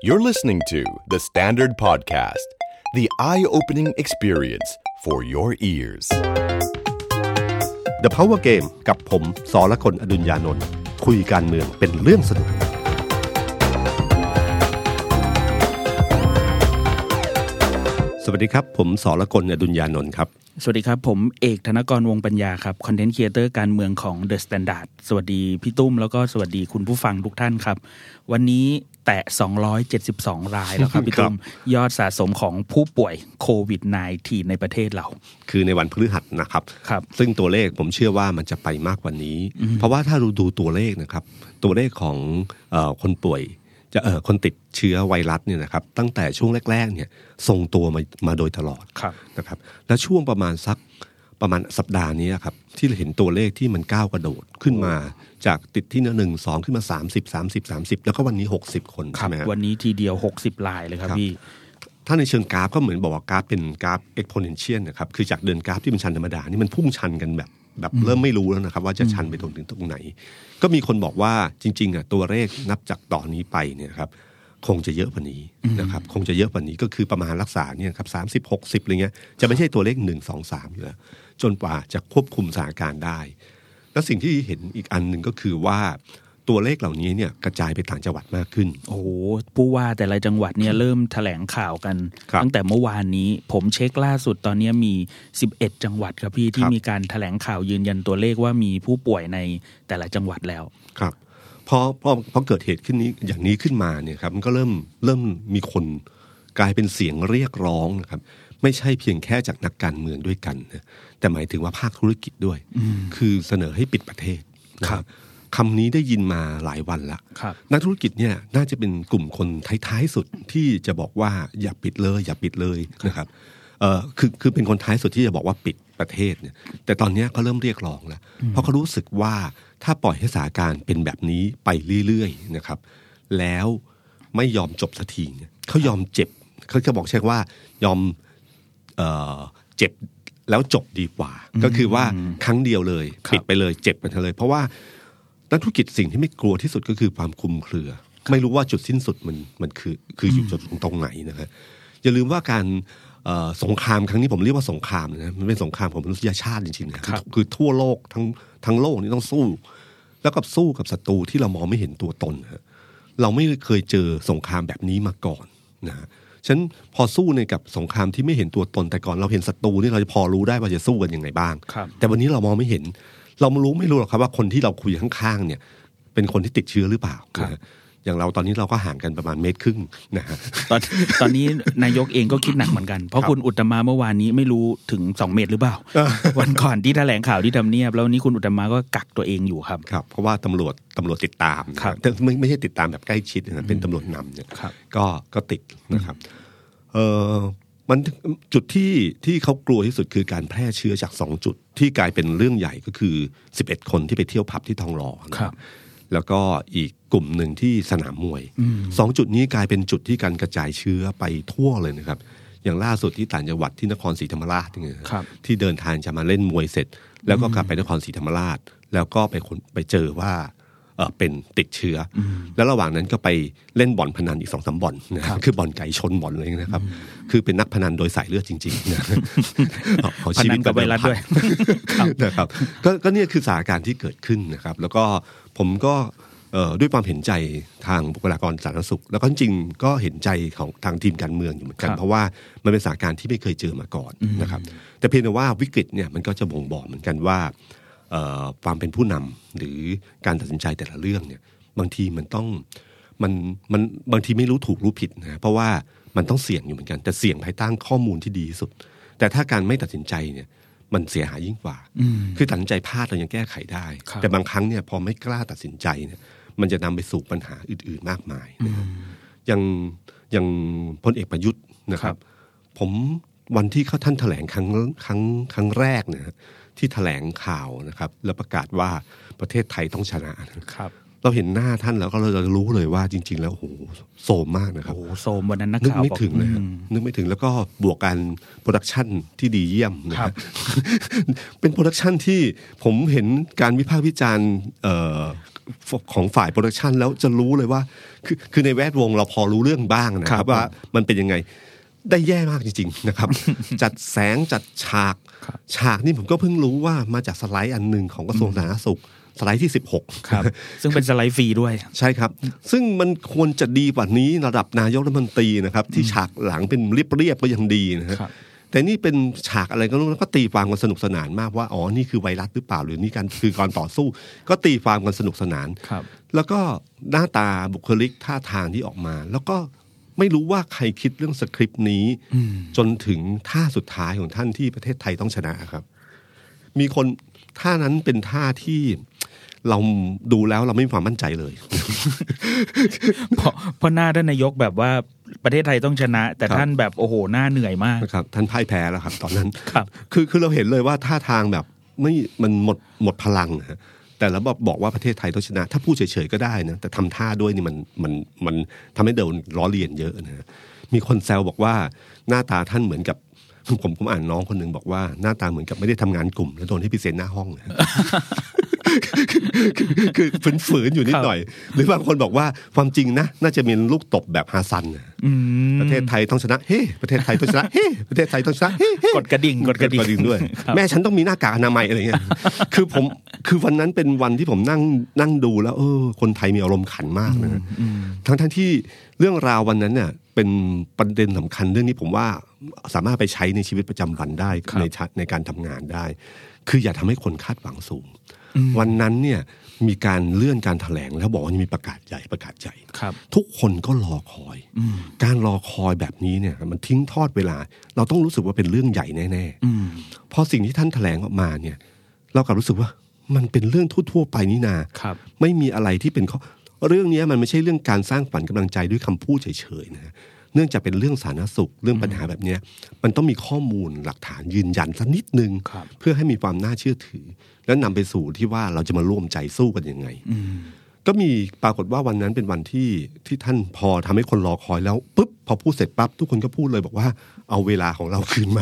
You're listening to The Standard Podcast, the eye-opening experience for your ears. The Power Game กับผมสรกล อดุลยานนท์คุยการเมืองเป็นเรื่องสนุกสวัสดีครับผมสรกล อดุลยานนท์ครับสวัสดีครับผมเอกธนกรวงศ์ปัญญาครับคอนเทนต์ครีเอเตอร์การเมืองของ The Standard สวัสดีพี่ตุ้มแล้วก็สวัสดีคุณผู้ฟังทุกท่านครับวันนี้แตะ272รายแล้วครับพี่ตุ้มยอดสะสมของผู้ป่วยโควิด -19 ในประเทศเราคือในวันพฤหัสนะครับซึ่งตัวเลขผมเชื่อว่ามันจะไปมากกว่านี้เพราะว่าถ้าเราดูตัวเลขนะครับตัวเลขของคนป่วยคนติดเชื้อไวรัสเนี่ยนะครับตั้งแต่ช่วงแรกๆเนี่ยทรงตัวมาโดยตลอดนะครับและช่วงประมาณสัปดาห์นี้ครับที่เราเห็นตัวเลขที่มันก้าวกระโดดขึ้นมาจากติดที่1 2ขึ้นมา30แล้วก็วันนี้60คนใช่ไหมครับวันนี้ทีเดียว60รายเลยครับพี่ถ้าในเชิงกราฟก็เหมือนบอกว่ากราฟเป็นกราฟ exponential นะครับคือจากเดินกราฟที่มันชันธรรมดานี่มันพุ่งชันกันแบบเริ่มไม่รู้แล้วนะครับว่าจะชันไปถึงตรงไหนก็มีคนบอกว่าจริงๆตัวเลขนับจากต่อนนี้ไปเนี่ยครับคงจะเยอะกว่านี้นะครับคงจะเยอะกว่านี้ก็คือประมาณรักษาเนี่ยครับ30-60อะไรเงี้ยจะไม่ใช่ตัวเลข1 2 3อยู่แล้วจนกว่าจะควบคุมสถานการณ์ได้แล้วสิ่งที่เห็นอีกอันนึงก็คือว่าตัวเลขเหล่านี้เนี่ยกระจายไปต่างจังหวัดมากขึ้นโอ้โหผู้ว่าแต่ละจังหวัดเนี่ยเริ่มแถลงข่าวกันตั้งแต่เมื่อวานนี้ผมเช็คล่าสุดตอนนี้มี11จังหวัดครับพี่ที่มีการแถลงข่าวยืนยันตัวเลขว่ามีผู้ป่วยในแต่ละจังหวัดแล้วครับพอเกิดเหตุขึ้นนี้อย่างนี้ขึ้นมาเนี่ยครับมันก็เริ่มมีคนกลายเป็นเสียงเรียกร้องนะครับไม่ใช่เพียงแค่จากนักการเมืองด้วยกันนะแต่หมายถึงว่าภาคธุรกิจด้วยคือเสนอให้ปิดประเทศครับคำนี้ได้ยินมาหลายวันละนักธุรกิจเนี่ยน่าจะเป็นกลุ่มคนท้ายๆสุดที่จะบอกว่าอย่าปิดเลยนะครับคือเป็นคนท้ายสุดที่จะบอกว่าปิดประเทศเนี่ยแต่ตอนนี้เขาเริ่มเรียกร้องแล้วเพราะเขารู้สึกว่าถ้าปล่อยให้สถานการณ์เป็นแบบนี้ไปเรื่อยๆนะครับแล้วไม่ยอมจบสักทีเนี่ยเขายอมเจ็บเขาจะบอกใช่ว่ายอมเจ็บแล้วจบดีกว่าก็คือว่าครั้งเดียวเลยปิดไปเลยเจ็บไปเลยเพราะว่านักธุรกิจสิ่งที่ไม่กลัวที่สุดก็คือความคลุมเครือไม่รู้ว่าจุดสิ้นสุดมันคืออยู่จุดตรงไหนนะครับอย่าลืมว่าการสงครามครั้งนี้ผมเรียกว่าสงครามนะมันเป็นสงครามของมนุษยชาติจริงๆนะคือทั่วโลกทั้งโลกนี้ต้องสู้แล้วกับสู้กับศัตรูที่เรามองไม่เห็นตัวตนนะเราไม่เคยเจอสงครามแบบนี้มาก่อนนะฉะนั้นพอสู้ในกับสงครามที่ไม่เห็นตัวตนแต่ก่อนเราเห็นศัตรูนี่เราจะพอรู้ได้ว่าจะสู้กันยังไงบ้างแต่วันนี้เรามองไม่เห็นเราไม่รู้หรอกครับว่าคนที่เราคุยข้างๆเนี่ยเป็นคนที่ติดเชื้อหรือเปล่าอย่างเราตอนนี้เราก็ห่างกันประมาณ1.5 เมตรนะฮะตอนนี้นายกเองก็คิดหนักเหมือนกันเพราะคุณอุตตมะเมื่อวานนี้ไม่รู้ถึง2 เมตรหรือเปล่า วันก่อนที่แถลงข่าวที่ทำเนียบแล้วนี้คุณอุตตมะก็กักตัวเองอยู่ครับเพราะว่าตำรวจติดตามแต่ไม่ใช่ติดตามแบบใกล้ชิดนะเป็นตำรวจนำเนี่ยก็ติดนะครับมันจุดที่เขากลัวที่สุดคือการแพร่เชื้อจาก2 จุดที่กลายเป็นเรื่องใหญ่ก็คือ11คนที่ไปเที่ยวผับที่ทองหล่อแล้วก็อีกกลุ่มหนึ่งที่สนามมวย2 จุดนี้กลายเป็นจุดที่การกระจายเชื้อไปทั่วเลยนะครับอย่างล่าสุดที่ต่างจังหวัดที่นครศรีธรรมราชที่เดินทางจะมาเล่นมวยเสร็จแล้วก็กลับไปนครศรีธรรมราชแล้วก็ไปเจอว่าเป็นติดเชื้อแล้วระหว่างนั้นก็ไปเล่นบ่อนพนันอีก 2-3 บ่อนนะครับคือบ่อนไก่ชนบ่อนเลยนะครับคือเป็นนักพนันโดยสายเลือดจริงๆนะเอาชีวิตกับไวรัสด้วยนะครับก็เนี่ยคือสถานการณ์ที่เกิดขึ้นนะครับแล้วก็ผมก็ด้วยความเห็นใจทางบุคลากรสาธารณสุขแล้วก็จริงก็เห็นใจของทางทีมการเมืองอยู่เหมือนกันเพราะว่ามันเป็นสถานการณ์ที่ไม่เคยเจอมาก่อนนะครับแต่เพียงแต่ว่าวิกฤตเนี่ยมันก็จะบ่งบอกเหมือนกันว่าความเป็นผู้นำหรือการตัดสินใจแต่ละเรื่องเนี่ยบางทีมันต้องมันบางทีไม่รู้ถูกรู้ผิดนะเพราะว่ามันต้องเสี่ยงอยู่เหมือนกันแต่เสี่ยงภายใต้ข้อมูลที่ดีที่สุดแต่ถ้าการไม่ตัดสินใจเนี่ยมันเสียหายยิ่งกว่าคือตัดสินใจพลาดเรายังแก้ไขได้แต่บางครั้งเนี่ยพอไม่กล้าตัดสินใจเนี่ยมันจะนำไปสู่ปัญหาอื่นๆมากมายอย่างพลเอกประยุทธ์นะครับผมวันที่ท่านแถลงครั้งแรกเนี่ยที่แถลงข่าวนะครับแล้วประกาศว่าประเทศไทยต้องชนะครับเราเห็นหน้าท่านแล้วก็เราจะรู้เลยว่าจริงๆแล้วโอ้โหโซมมากนะครับโอ้โหโซมวันนั้นนักข่าวนึกไม่ถึงเลยนึกไม่ถึงแล้วก็บวกกันโปรดักชันที่ดีเยี่ยมนะครับเป็นโปรดักชันที่ผมเห็นการวิพากษ์วิจารณ์ของฝ่ายโปรดักชันแล้วจะรู้เลยว่าคือในแวดวงเราพอรู้เรื่องบ้างนะครับว่ามันเป็นยังไงได้แย่มากจริงๆนะครับ จัดแสงจัดฉากนี่ผมก็เพิ่งรู้ว่ามาจากสไลด์อันนึงของกระทรวงสาธารณสุขสไลด์ที่16 ครับซึ่งเป็นสไลด์ฟรีด้วยใช่ครับซึ่งมันควรจะดีกว่านี้ระดับนายกรัฐมนตรีนะครับที่ฉากหลังเป็นเรียบๆก็ยังดีนะครับแต่นี่เป็นฉากอะไรก็รู้แล้วก็ตีความกันสนุกสนานมากว่าอ๋อนี่คือไวรัสหรือเปล่าหรือนี่คือการต่อสู้ก็ตีความกันสนุกสนานแล้วก็หน้าตาบุคลิกท่าทางที่ออกมาแล้วก็ไม่รู้ว่าใครคิดเรื่องสคริปต์นี้จนถึงท่าสุดท้ายของท่านที่ประเทศไทยต้องชนะครับมีคนท่านั้นเป็นท่าที่เราดูแล้วเราไม่มีความมั่นใจเลยเพราะหน้าท่านนายกแบบว่าประเทศไทยต้องชนะแต่ท่านแบบโอ้โหหน้าเหนื่อยมากครับท่านพ่ายแพ้แล้วครับตอนนั้นคือเราเห็นเลยว่าท่าทางแบบไม่มันหมดพลังฮะแต่แล้วบอกว่าประเทศไทยต้องชนะถ้าพูดเฉยๆก็ได้นะแต่ทำท่าด้วยนี่มันทำให้เดินล้อเลียนเยอะนะมีคนแซวบอกว่าหน้าตาท่านเหมือนกับผมอ่านน้องคนหนึ่งบอกว่าหน้าตาเหมือนกับไม่ได้ทำงานกลุ่มแล้วโดนให้พรีเซนต์หน้าห้องนะ คือฝืนๆอยู่นิดหน่อยหรือบางคนบอกว่าความจริงนะน่าจะมีลูกตบแบบฮาซันประเทศไทยต้องชนะเฮ้ประเทศไทยต้องชนะเฮ้ประเทศไทยต้องชนะเฮ้กดกระดิ่งด้วยแม่ฉันต้องมีหน้ากากอนามัยอะไรเงี้ยคือวันนั้นเป็นวันที่ผมนั่งดูแล้วคนไทยมีอารมณ์ขันมากนะทั้งที่เรื่องราววันนั้นเนี่ยเป็นประเด็นสำคัญเรื่องนี้ผมว่าสามารถไปใช้ในชีวิตประจำวันได้ในการทำงานได้คืออย่าทำให้คนคาดหวังสูงวันนั้นเนี่ยมีการเลื่อนการแถลงแล้วบอกว่าจะมีประกาศใหญ่ทุกคนก็รอคอยการรอคอยแบบนี้เนี่ยมันทิ้งทอดเวลาเราต้องรู้สึกว่าเป็นเรื่องใหญ่แน่ๆพอสิ่งที่ท่านแถลงออกมาเนี่ยเรากลับรู้สึกว่ามันเป็นเรื่องทั่วๆไปนี่นาไม่มีอะไรที่เป็นเรื่องนี้มันไม่ใช่เรื่องการสร้างฝันกำลังใจด้วยคำพูดเฉยๆนะเนื่องจากเป็นเรื่องสาธารณสุขเรื่องปัญหาแบบนี้มันต้องมีข้อมูลหลักฐานยืนยันสักนิดนึงเพื่อให้มีความน่าเชื่อถือแล้วนำไปสู่ที่ว่าเราจะมาร่วมใจสู้กันยังไงก็มีปรากฏว่าวันนั้นเป็นวันที่ท่านพอทำให้คนรอคอยแล้วปุ๊บพอพูดเสร็จปั๊บทุกคนก็พูดเลยบอกว่าเอาเวลาของเราคืนมา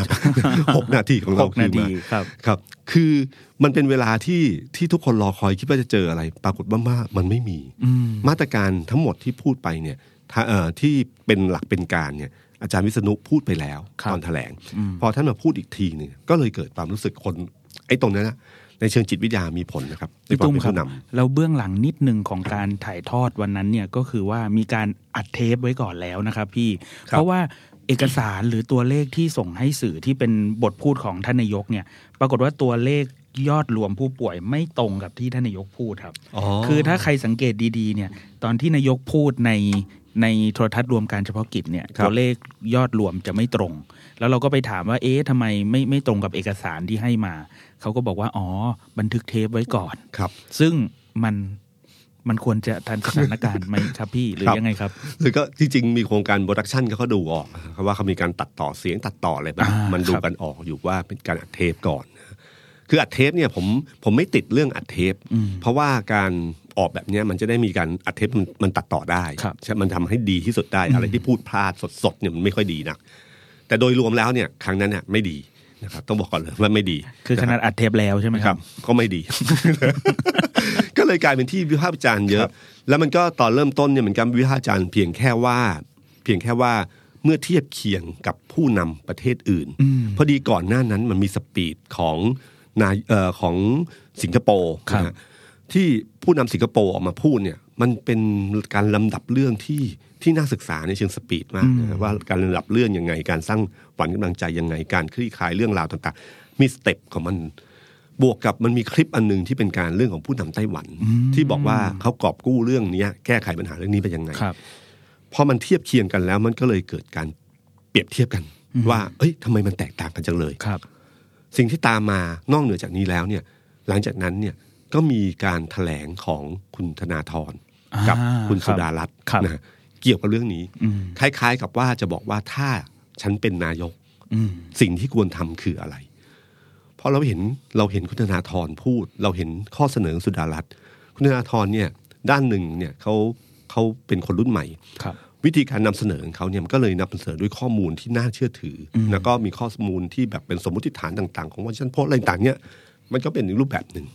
6 นาทีของเราคืนมาครับคือมันเป็นเวลาที่ทุกคนรอคอยคิดว่าจะเจออะไรปรากฏว่ามันไม่มีมาตรการทั้งหมดที่พูดไปเนี่ยที่เป็นหลักเป็นการเนี่ยอาจารย์วิษณุพูดไปแล้วตอนแถลงพอท่านมาพูดอีกทีนึงก็เลยเกิดความรู้สึกคนไอ้ตรงนั้นนะในเชิงจิตวิทยามีผลนะครับในความเป็นผู้นำแล้วเบื้องหลังนิดนึงของการถ่ายทอดวันนั้นเนี่ยก็คือว่ามีการอัดเทปไว้ก่อนแล้วนะครับพี่เพราะว่าเอกสารหรือตัวเลขที่ส่งให้สื่อที่เป็นบทพูดของท่านนายกเนี่ยปรากฏว่าตัวเลขยอดรวมผู้ป่วยไม่ตรงกับที่ท่านนายกพูดครับคือถ้าใครสังเกตดีๆเนี่ยตอนที่นายกพูดในโทรทัศน์รวมการเฉพาะกิจเนี่ยตัวเลขยอดรวมจะไม่ตรงแล้วเราก็ไปถามว่าทำไมไม่ตรงกับเอกสารที่ให้มาเขาก็บอกว่าบันทึกเทปไว้ก่อนครับซึ่งมันควรจะทันสถานการณ์ไหมครับพี่หรือยังไงครับหรือก็จริงๆมีโครงการโปรดักชันเขาดูออกว่าเขามีการตัดต่อเสียงตัดต่ออะไรแบบมันดูกันออกอยู่ว่าเป็นการอัดเทปก่อนคืออัดเทปเนี่ยผมไม่ติดเรื่องอัดเทปเพราะว่าการออกแบบนี้มันจะได้มีการอัดเทปมันตัดต่อได้ใช่มันทำให้ดีที่สุดได้อะไรที่พูดพลาดสดๆเนี่ยมันไม่ค่อยดีนักแต่โดยรวมแล้วเนี่ยครั้งนั้นเนี่ยไม่ดีนะครับต้องบอกก่อนเลยว่าไม่ดีคือขนาดอัดเทปแล้วใช่ไหมครับก็ไม่ดี ก็เลยกลายเป็นที่วิพากษ์วิจารณ์เยอะแล้วมันก็ตอนเริ่มต้นเนี่ยมันก็วิพากษ์วิจารณ์เพียงแค่ว่าเมื่อเทียบเคียงกับผู้นำประเทศอื่นพอดีก่อนหน้านั้นมันมีสปีดของสิงคโปร์ที่ผู้นำสิงคโปร์ออกมาพูดเนี่ยมันเป็นการลำดับเรื่องที่น่าศึกษาในเชิงสปีดมากว่าการลำดับเรื่องยังไงการสร้างฝันกำลังใจยังไงการคลี่คลายเรื่องราวต่างๆมีสเต็ปของมันบวกกับมันมีคลิปอันนึงที่เป็นการเรื่องของผู้นำไต้หวันที่บอกว่าเขากอบกู้เรื่องนี้แก้ไขปัญหาเรื่องนี้ไปยังไงพอมันเทียบเคียงกันแล้วมันก็เลยเกิดการเปรียบเทียบกันว่าทำไมมันแตกต่างกันจังเลยสิ่งที่ตามมานอกเหนือจากนี้แล้วเนี่ยหลังจากนั้นเนี่ยก็มีการแถลงของคุณธนาธรกับคุณสุดารัตน์นะเกี่ยวกับเรื่องนี้คล้ายๆกับว่าจะบอกว่าถ้าฉันเป็นนายกสิ่งที่ควรทำคืออะไรเพราะเราเห็นคุณธนาธรพูดเราเห็นข้อเสนอสุดารัตน์คุณธนาธรเนี่ยด้านหนึ่งเนี่ยเขาเป็นคนรุ่นใหม่วิธีการนำเสนอของเขาเนี่ยมันก็เลยนำเสนอด้วยข้อมูลที่น่าเชื่อถือแล้วก็มีข้อมูลที่แบบเป็นสมมติฐานต่างๆของวอชิงตันโพสต์อะไรต่างๆเนี่ยมันก็เป็นอีกรูปแบบหนึ่ง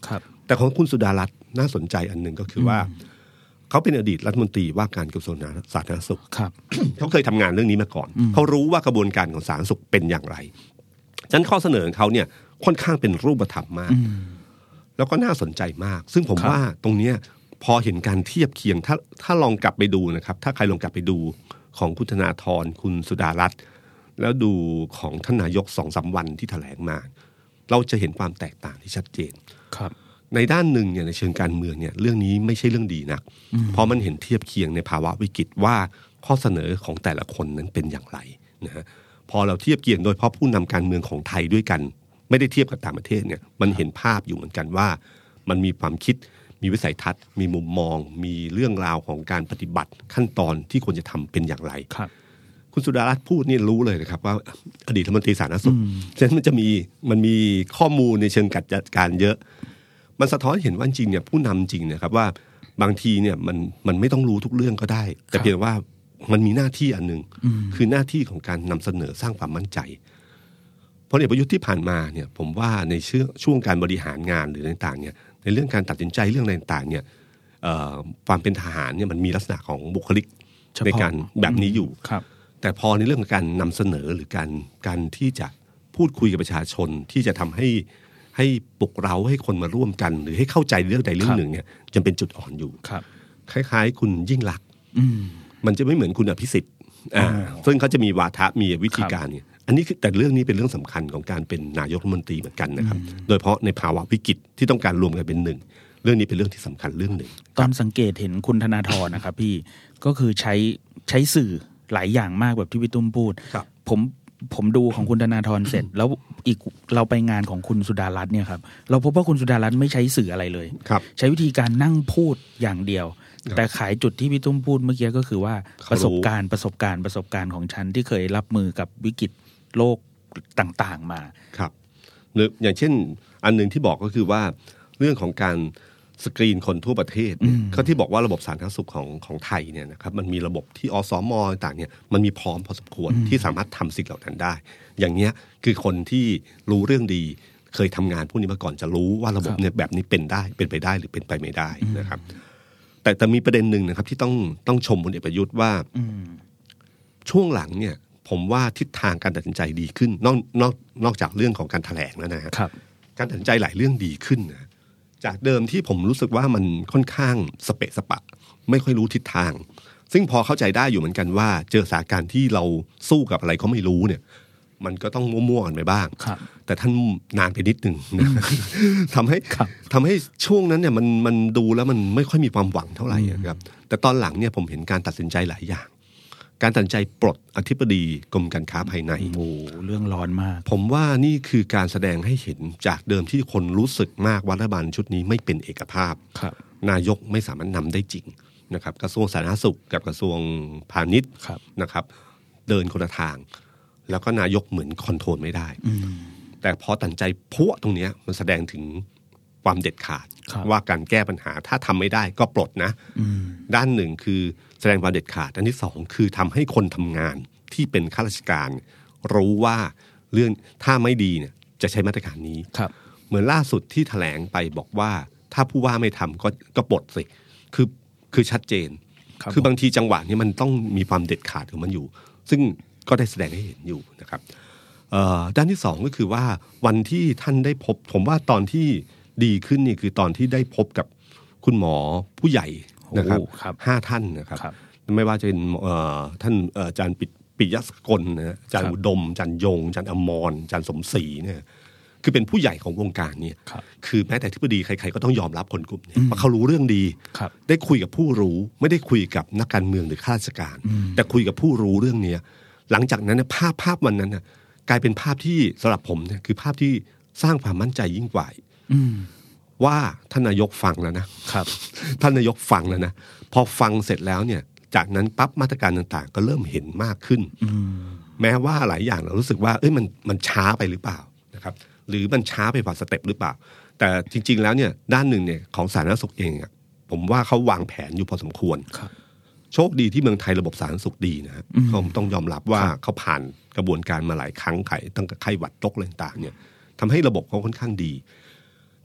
แต่ของคุณสุดารัตน์น่าสนใจอันหนึ่งก็คือว่าเขาเป็นอดีตรัฐมนตรีว่าการกระทรวงสาธารณสุข เขาเคยทำงานเรื่องนี้มาก่อนเขารู้ว่ากระบวนการของสาธารณสุขเป็นอย่างไรฉะนั้นข้อเสนอของเขาเนี่ยค่อนข้างเป็นรูปธรรมมากแล้วก็น่าสนใจมากซึ่งผมว่าตรงเนี้ยพอเห็นการเทียบเคียงถ้าลองกลับไปดูนะครับถ้าใครลองกลับไปดูของคุณธนาธรคุณสุดารัตน์แล้วดูของท่านนายก 2-3 วันที่แถลงมาเราจะเห็นความแตกต่างที่ชัดเจนครับในด้านหนึ่งเนี่ยในเชิงการเมืองเนี่ยเรื่องนี้ไม่ใช่เรื่องดีนักเพราะมันเห็นเทียบเคียงในภาวะวิกฤตว่าข้อเสนอของแต่ละคนนั้นเป็นอย่างไรนะฮะพอเราเทียบเคียงโดยเฉพาะผู้นำการเมืองของไทยด้วยกันไม่ได้เทียบกับต่างประเทศเนี่ยมันเห็นภาพอยู่เหมือนกันว่ามันมีความคิดมีวิสัยทัศน์มีมุมมองมีเรื่องราวของการปฏิบัติขั้นตอนที่ควรจะทำเป็นอย่างไรคุณสุดารัตน์พูดนี่รู้เลยนะครับว่าอดีตรัฐมนตรีสาธารณสุขฉะนั้นมันมีข้อมูลในเชิงจัดการเยอะมันสะท้อนเห็นว่าจริงเนี่ยผู้นำจริงนะครับว่าบางทีเนี่ยมันไม่ต้องรู้ทุกเรื่องก็ได้แต่เพียงว่ามันมีหน้าที่อันนึงคือหน้าที่ของการนำเสนอสร้างความมั่นใจพลเอกประยุทธ์ที่ผ่านมาเนี่ยผมว่าในช่วงการบริหารงานหรือต่างๆเนี่ยในเรื่องการตัดสินใจเรื่องอะไรต่างๆเนี่ยความเป็นทหารเนี่ยมันมีลักษณะของบุคลิกในการแบบนี้อยู่แต่พอในเรื่องของการนำเสนอหรือการที่จะพูดคุยกับประชาชนที่จะทำให้ปลุกเร้าให้คนมาร่วมกันหรือให้เข้าใจเรื่องใดเรื่องหนึ่งเนี่ยจะเป็นจุดอ่อนอยู่คล้ายๆคุณยิ่งลักษณ์มันจะไม่เหมือนคุณอภิสิทธิ์ซึ่งเขาจะมีวาทะมีวิธีการเนี่ยอันนี้แต่เรื่องนี้เป็นเรื่องสำคัญของการเป็นนายกรัฐมนตรีเหมือนกันนะครับโดยเฉพาะในภาวะวิกฤตที่ต้องการรวมกันเป็นหนึ่งเรื่องนี้เป็นเรื่องที่สำคัญเรื่องหนึ่งตอนสังเกตเห็นคุณธนาธรนะครับพี่ก็คือใช้สื่อหลายอย่างมากแบบที่พี่ตุ้มพูดผมดูของคุณธนาธรเสร็จแล้วอีกเราไปงานของคุณสุดารัตน์เนี่ยครับเราพบว่าคุณสุดารัตน์ไม่ใช้สื่ออะไรเลยใช้วิธีการนั่งพูดอย่างเดียวแต่ขายจุดที่พี่ตุ้มพูดเมื่อกี้ก็คือว่าประสบการณ์ของฉันที่เคยรับมือกับวิกฤตโลกต่างๆมาครับหรืออย่างเช่นอันนึงที่บอกก็คือว่าเรื่องของการสกรีนคนทั่วประเทศเขาที่บอกว่าระบบสาธารณสุขของไทยเนี่ยนะครับมันมีระบบที่อสม.ต่างเนี่ยมันมีพร้อมพอสมควรที่สามารถทำสิ่งเหล่านั้นได้อย่างเนี้ยคือคนที่รู้เรื่องดีเคยทำงานพวกนี้มาก่อนจะรู้ว่าระบบเนี่ยแบบนี้เป็นไปได้หรือเป็นไปไม่ได้นะครับแต่มีประเด็นหนึ่งนะครับที่ต้องชมพลเอกประยุทธ์ว่าช่วงหลังเนี่ยผมว่าทิศทางการตัดสินใจดีขึ้นนอกจากเรื่องของการแถลงแล้วนะครับการตัดสินใจหลายเรื่องดีขึ้นนะจากเดิมที่ผมรู้สึกว่ามันค่อนข้างสเปะสปะไม่ค่อยรู้ทิศทางซึ่งพอเข้าใจได้อยู่เหมือนกันว่าเจอสถานการณ์ที่เราสู้กับอะไรเขาไม่รู้เนี่ยมันก็ต้องมั่วๆกันไปบ้างแต่ท่านนานไปนิดนึงทำให้ช่วงนั้นเนี่ยมันดูแล้วมันไม่ค่อยมีความหวังเท่าไหร่ครับแต่ตอนหลังเนี่ยผมเห็นการตัดสินใจหลายอย่างการตัดสินใจปลดอธิบดีกรมการค้าภายในโอ้เรื่องร้อนมากผมว่านี่คือการแสดงให้เห็นจากเดิมที่คนรู้สึกมากว่ารัฐบาลชุดนี้ไม่เป็นเอกภาพนายกไม่สามารถนำได้จริงนะครับกระทรวงสาธารณสุขกับกระทรวงพาณิชย์นะครับเดินคนละทางแล้วก็นายกเหมือนคอนโทรลไม่ได้แต่พอตัดใจพัวตรงนี้มันแสดงถึงความเด็ดขาดว่าการแก้ปัญหาถ้าทำไม่ได้ก็ปลดนะด้านหนึ่งคือแสดงความเด็ดขาดอันที่สองคือทำให้คนทำงานที่เป็นข้าราชการรู้ว่าเรื่องถ้าไม่ดีเนี่ยจะใช้มาตรการนี้เหมือนล่าสุดที่แถลงไปบอกว่าถ้าผู้ว่าไม่ทำก็ปลดสิคือชัดเจนคือบางทีจังหวะนี้มันต้องมีความเด็ดขาดของมันอยู่ซึ่งก็ได้แสดงให้เห็นอยู่นะครับด้านที่สองก็คือว่าวันที่ท่านได้พบผมว่าตอนที่ดีขึ้นนี่คือตอนที่ได้พบกับคุณหมอผู้ใหญ่นะครับ5ท่านนะครับไม่ว่าจะเป็นท่านอาจารย์ปิยสกลนะอาจารย์อุดมอาจารย์ยงอาจารย์อมรอาจารย์สมศรีเนี่ยคือเป็นผู้ใหญ่ของวงการเนี่ยคือแม้แต่อธิบดีใครๆก็ต้องยอมรับคนกลุ่มนี้เพราะเขารู้เรื่องดีได้คุยกับผู้รู้ไม่ได้คุยกับนักการเมืองหรือข้าราชการแต่คุยกับผู้รู้เรื่องนี้หลังจากนั้นภาพวันนั้นกลายเป็นภาพที่สำหรับผมเนี่ยคือภาพที่สร้างความมั่นใจยิ่งกว่าว่าท่านนายกฟังแล้วนะครับท่านนายกฟังแล้วนะพอฟังเสร็จแล้วเนี่ยจากนั้นปั๊บมาตรการต่างๆก็เริ่มเห็นมากขึ้นแม้ว่าหลายอย่างเรารู้สึกว่ามันช้าไปหรือเปล่านะครับหรือมันช้าไปกว่าสเต็ปหรือเปล่าแต่จริงๆแล้วเนี่ยด้านหนึ่งเนี่ยของสาธารณสุขเองผมว่าเขาวางแผนอยู่พอสมควรโชคดีที่เมืองไทยระบบสาธารณสุขดีนะครับเขาต้องยอมรับว่าเขาผ่านกระบวนการมาหลายครั้งตั้งแต่ไข้หวัดตกอะไรต่างๆเนี่ยทำให้ระบบเขาค่อนข้างดี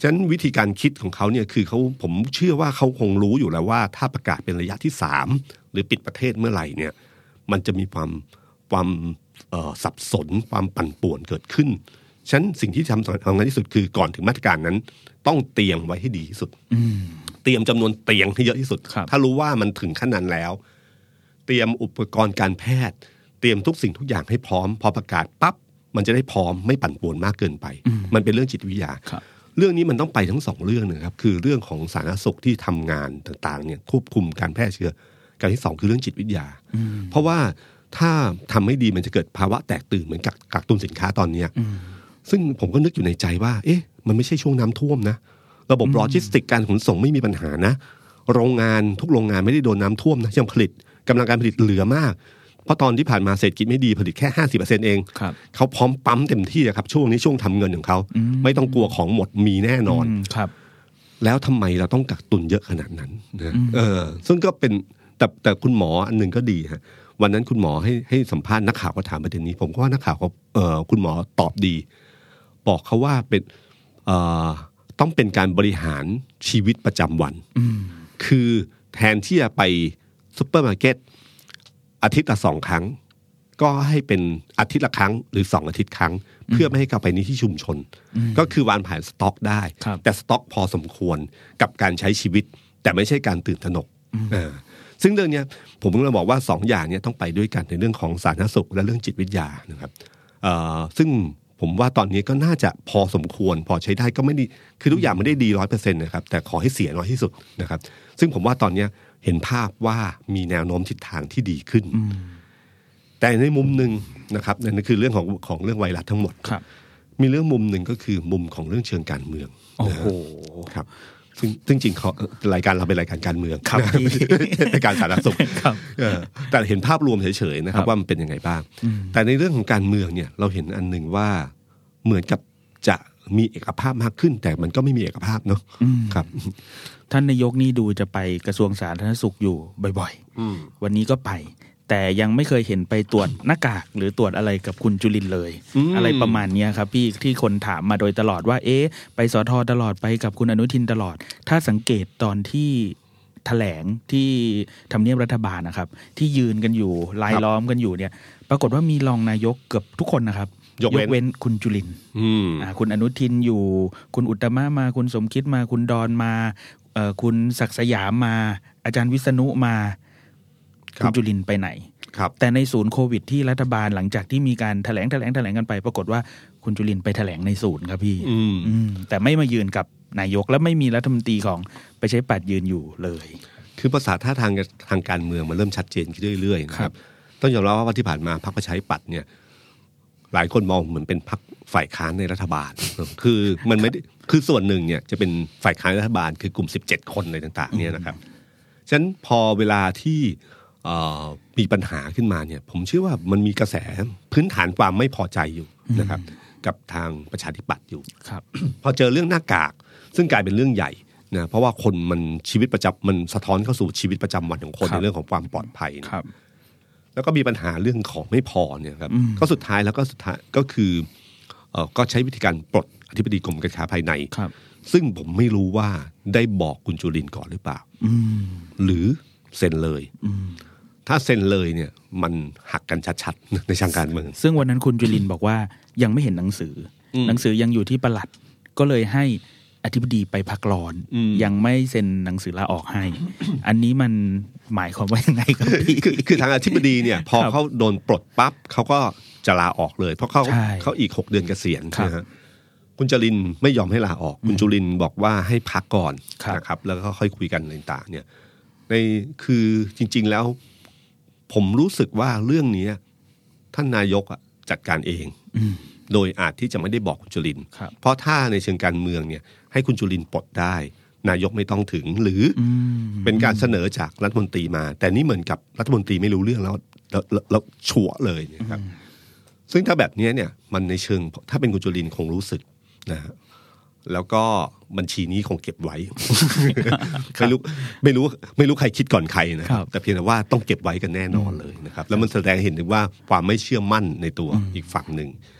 ฉะนั้นวิธีการคิดของเขาเนี่ยคือผมเชื่อว่าเขาคงรู้อยู่แล้วว่าถ้าประกาศเป็นระยะที่3หรือปิดประเทศเมื่อไหร่เนี่ยมันจะมีความสับสนความปั่นป่วนเกิดขึ้นฉะนั้นสิ่งที่ทำสำคัญที่สุดคือก่อนถึงมาตรการนั้นต้องเตรียมไว้ให้ดีที่สุดเตรียมจำนวนเตียงให้เยอะที่สุดถ้ารู้ว่ามันถึงขั้นนั้นแล้วเตรียมอุปกรณ์การแพทย์เตรียมทุกสิ่งทุกอย่างให้พร้อมพอประกาศปั๊บมันจะได้พร้อมไม่ปั่นป่วนมากเกินไปมันเป็นเรื่องจิตวิทยาเรื่องนี้มันต้องไปทั้ง2เรื่องนะครับคือเรื่องของสาธารณสุขที่ทำงานต่างๆเนี่ยควบคุมการแพร่เชื้อการที่2คือเรื่องจิตวิทยาเพราะว่าถ้าทำไม่ดีมันจะเกิดภาวะแตกตื่นเหมือนกับกักตุนสินค้าตอนนี้ซึ่งผมก็นึกอยู่ในใจว่ามันไม่ใช่ช่วงน้ำท่วมนะระบบโลจิสติกการขนส่งไม่มีปัญหานะโรงงานทุกโรงงานไม่ได้โดนน้ำท่วมนะยังผลิตกำลังการผลิตเหลือมากเพราะตอนที่ผ่านมาเศรษฐกิจไม่ดีผลิตแค่ 50% เองเขาพร้อมปั๊มเต็มที่ครับช่วงนี้ช่วงทำเงินของเขาไม่ต้องกลัวของหมดมีแน่นอนครับแล้วทำไมเราต้องกักตุนเยอะขนาดนั้นนะซึ่งก็เป็นแต่คุณหมออันหนึ่งก็ดีฮะวันนั้นคุณหมอให้สัมภาษณ์นักข่าวก็ถามประเด็นนี้ผมก็ว่านักข่าวเขาคุณหมอตอบดีบอกเขาว่าเป็นต้องเป็นการบริหารชีวิตประจำวันคือแทนที่จะไปซุปเปอร์มาร์เก็ตอาทิตย์ละ2 ครั้งก็ให้เป็นอาทิตย์ละครั้งหรือ2 อาทิตย์ครั้งเพื่อไม่ให้เข้าไปในที่ชุมชนก็คือวางแผนสต็อกได้แต่สต็อกพอสมควรกับการใช้ชีวิตแต่ไม่ใช่การตื่นตระหนกซึ่งเรื่องนี้ผมก็เลยบอกว่า2 อย่างนี้ต้องไปด้วยกันในเรื่องของสาธารณสุขและเรื่องจิตวิทยานะครับซึ่งผมว่าตอนนี้ก็น่าจะพอสมควรพอใช้ได้ก็ไม่ดีคือทุกอย่างไม่ได้ดี 100% นะครับแต่ขอให้เสียน้อยที่สุดนะครับซึ่งผมว่าตอนนี้เห็นภาพว่ามีแนวโน้มทิศทางที่ดีขึ้นแต่ในมุมหนึ่งนะครับนั่นคือเรื่องของเรื่องไวรัสทั้งหมดมีเรื่องมุมหนึ่งก็คือมุมของเรื่องเชิงการเมืองครับซึ่งจริงรายการเราเป็นรายการการเมืองรายการสาธารณสุขแต่เห็นภาพรวมเฉยๆนะครับว่ามันเป็นยังไงบ้างแต่ในเรื่องของการเมืองเนี่ยเราเห็นอันหนึ่งว่าเหมือนกับจะมีเอกภาพมากขึ้นแต่มันก็ไม่มีเอกภาพเนาะครับท่านนายกนี่ดูจะไปกระทรวงสาธารณสุขอยู่บ่อยๆวันนี้ก็ไปแต่ยังไม่เคยเห็นไปตรวจหน้ากากหรือตรวจอะไรกับคุณจุลินเลยอะไรประมาณนี้ครับพี่ที่คนถามมาโดยตลอดว่าไปสท.ตลอดไปกับคุณอนุทินตลอดถ้าสังเกตตอนที่แถลงที่ทำเนียบรัฐบาลนะครับที่ยืนกันอยู่รายล้อมกันอยู่เนี่ยปรากฏว่ามีรองนายกเกือบทุกคนนะครับยกเว้นคุณจุลินคุณอนุทินอยู่คุณอุตตมะมาคุณสมคิดมาคุณดอนมาคุณศักดิ์สยามมาอาจารย์วิษณุมาคุณจุลินไปไหนแต่ในศูนย์โควิดที่รัฐบาลหลังจากที่มีการแถลงกันไปปรากฏว่าคุณจุลินไปแถลงในศูนย์ครับพี่แต่ไม่มายืนกับนายกและไม่มีรัฐมนตรีของไปใช้ปัดยืนอยู่เลยคือภาษาท่าทางการเมืองมันเริ่มชัดเจนขึ้นเรื่อยๆนะครับต้องยอมรับว่าที่ผ่านมาพรรคประชาธิปัตย์เนี่ยหลายคนมองเหมือนเป็นพรรคฝ่ายค้านในรัฐบาลคือมันไม่ได้คือส่วนหนึ่งเนี่ยจะเป็นฝ่ายค้านรัฐบาลคือกลุ่ม17 คนอะไรต่างๆเนี่ยนะครับฉะนั้นพอเวลาที่มีปัญหาขึ้นมาเนี่ยผมเชื่อว่ามันมีกระแสพื้นฐานความไม่พอใจอยู่นะครับกับทางประชาธิปัตย์อยู่พอเจอเรื่องหน้ากากซึ่งกลายเป็นเรื่องใหญ่นะเพราะว่าคนมันชีวิตประจำมันสะท้อนเข้าสู่ชีวิตประจำวันของคนในเรื่องของความปลอดภัยแล้วก็มีปัญหาเรื่องของไม่พอเนี่ยครับก็สุดท้ายก็คือก็ใช้วิธีการปลดอธิบดีกรมการค้าภายในซึ่งผมไม่รู้ว่าได้บอกคุณจุลินก่อนหรือเปล่าหรือเซ็นเลยถ้าเซ็นเลยเนี่ยมันหักกันชัดๆในทางการเมืองซึ่งวันนั้นคุณจุลินบอกว่ายังไม่เห็นหนังสือยังอยู่ที่ปลัดก็เลยให้อธิบดีไปพักร้อนยังไม่เซ็นหนังสือลาออกให้อันนี้มันหมายความว่ายังไงครับพี่คือทางอธิบดีเนี่ยพอเขาโดนปลดปั๊บเขาก็จะลาออกเลยเพราะเขาอีก6 เดือนเกษียณนะฮะคุณจุลินไม่ยอมให้ลาออกคุณจุลินบอกว่าให้พักก่อนนะครับแล้วก็ค่อยคุยกันต่างๆเนี่ยในคือจริงๆแล้วผมรู้สึกว่าเรื่องนี้ท่านนายกจัดการเองโดยอาจที่จะไม่ได้บอกคุณจุลินเพราะถ้าในเชิงการเมืองเนี่ยให้คุณจุลินปลดได้นายกไม่ต้องถึงหรือเป็นการเสนอจากรัฐมนตรีมาแต่นี่เหมือนกับรัฐมนตรีไม่รู้เรื่องแล้วชั่วเลยนะครับซึ่งถ้าแบบนี้เนี่ยมันในเชิงถ้าเป็นคุณจุลินคงรู้สึกนะแล้วก็บัญชีนี้คงเก็บไว้ ไม่รู้ใครคิดก่อนใครนะครับแต่เพียงแต่ว่าต้องเก็บไว้กันแน่นอนเลยนะครับแล้วมันแสดงเห็นถึงว่าความไม่เชื่อมั่นในตัวอีกฝั่งหนึ่ง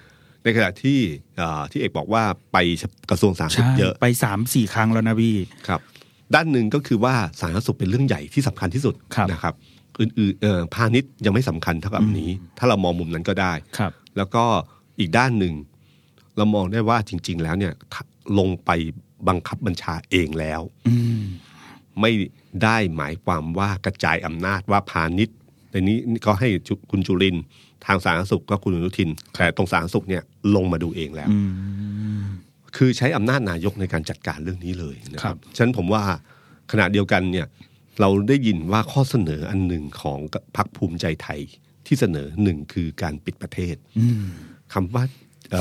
ในขณะที่เอกบอกว่าไปกระทรวงสาธารณสุขเยอะไป 3-4 ครั้งแล้วนะพี่ครับด้านหนึ่งก็คือว่าสาธารณสุขเป็นเรื่องใหญ่ที่สำคัญที่สุดนะครับอื่นๆพาณิชย์ยังไม่สำคัญเท่ากับนี้ถ้าเรามองมุมนั้นก็ได้แล้วก็อีกด้านหนึ่งเรามองได้ว่าจริงๆแล้วเนี่ยลงไปบังคับบัญชาเองแล้วไม่ได้หมายความว่ากระจายอำนาจว่าพาณิชย์ในนี้ก็ให้คุณจุรินทร์ทางสาธารณสุขก็คุณอนุทินแต่ตรงสาธารณสุขเนี่ยลงมาดูเองแล้วคือใช้อำนาจนายกในการจัดการเรื่องนี้เลยนะครับฉะนั้นผมว่าขณะเดียวกันเนี่ยเราได้ยินว่าข้อเสนออันหนึ่งของพรรคภูมิใจไทยที่เสนอหนึ่งคือการปิดประเทศคำว่า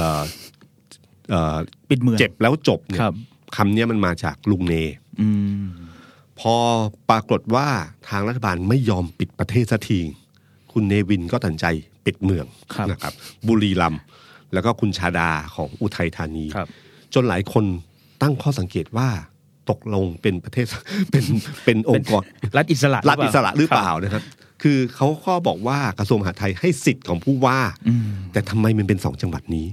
ปิดเมืองเจ็บแล้วจบเนี่ยคำนี้มันมาจากลุงเนพอปรากฏว่าทางรัฐบาลไม่ยอมปิดประเทศสักทีคุณเนวินก็ตัดใจปิดเมืองนะครับบุรีรัมย์แล้วก็คุณชาดาของอุทัยธานีจนหลายคนตั้งข้อสังเกตว่าตกลงเป็นประเทศเป็นองค์กรรัฐอิสระหรือเปล่านะครับคือเขาก็บอกว่ากระทรวงมหาดไทยให้สิทธิ์ของผู้ว่าแต่ทำไมมันเป็น2จังหวัดนี้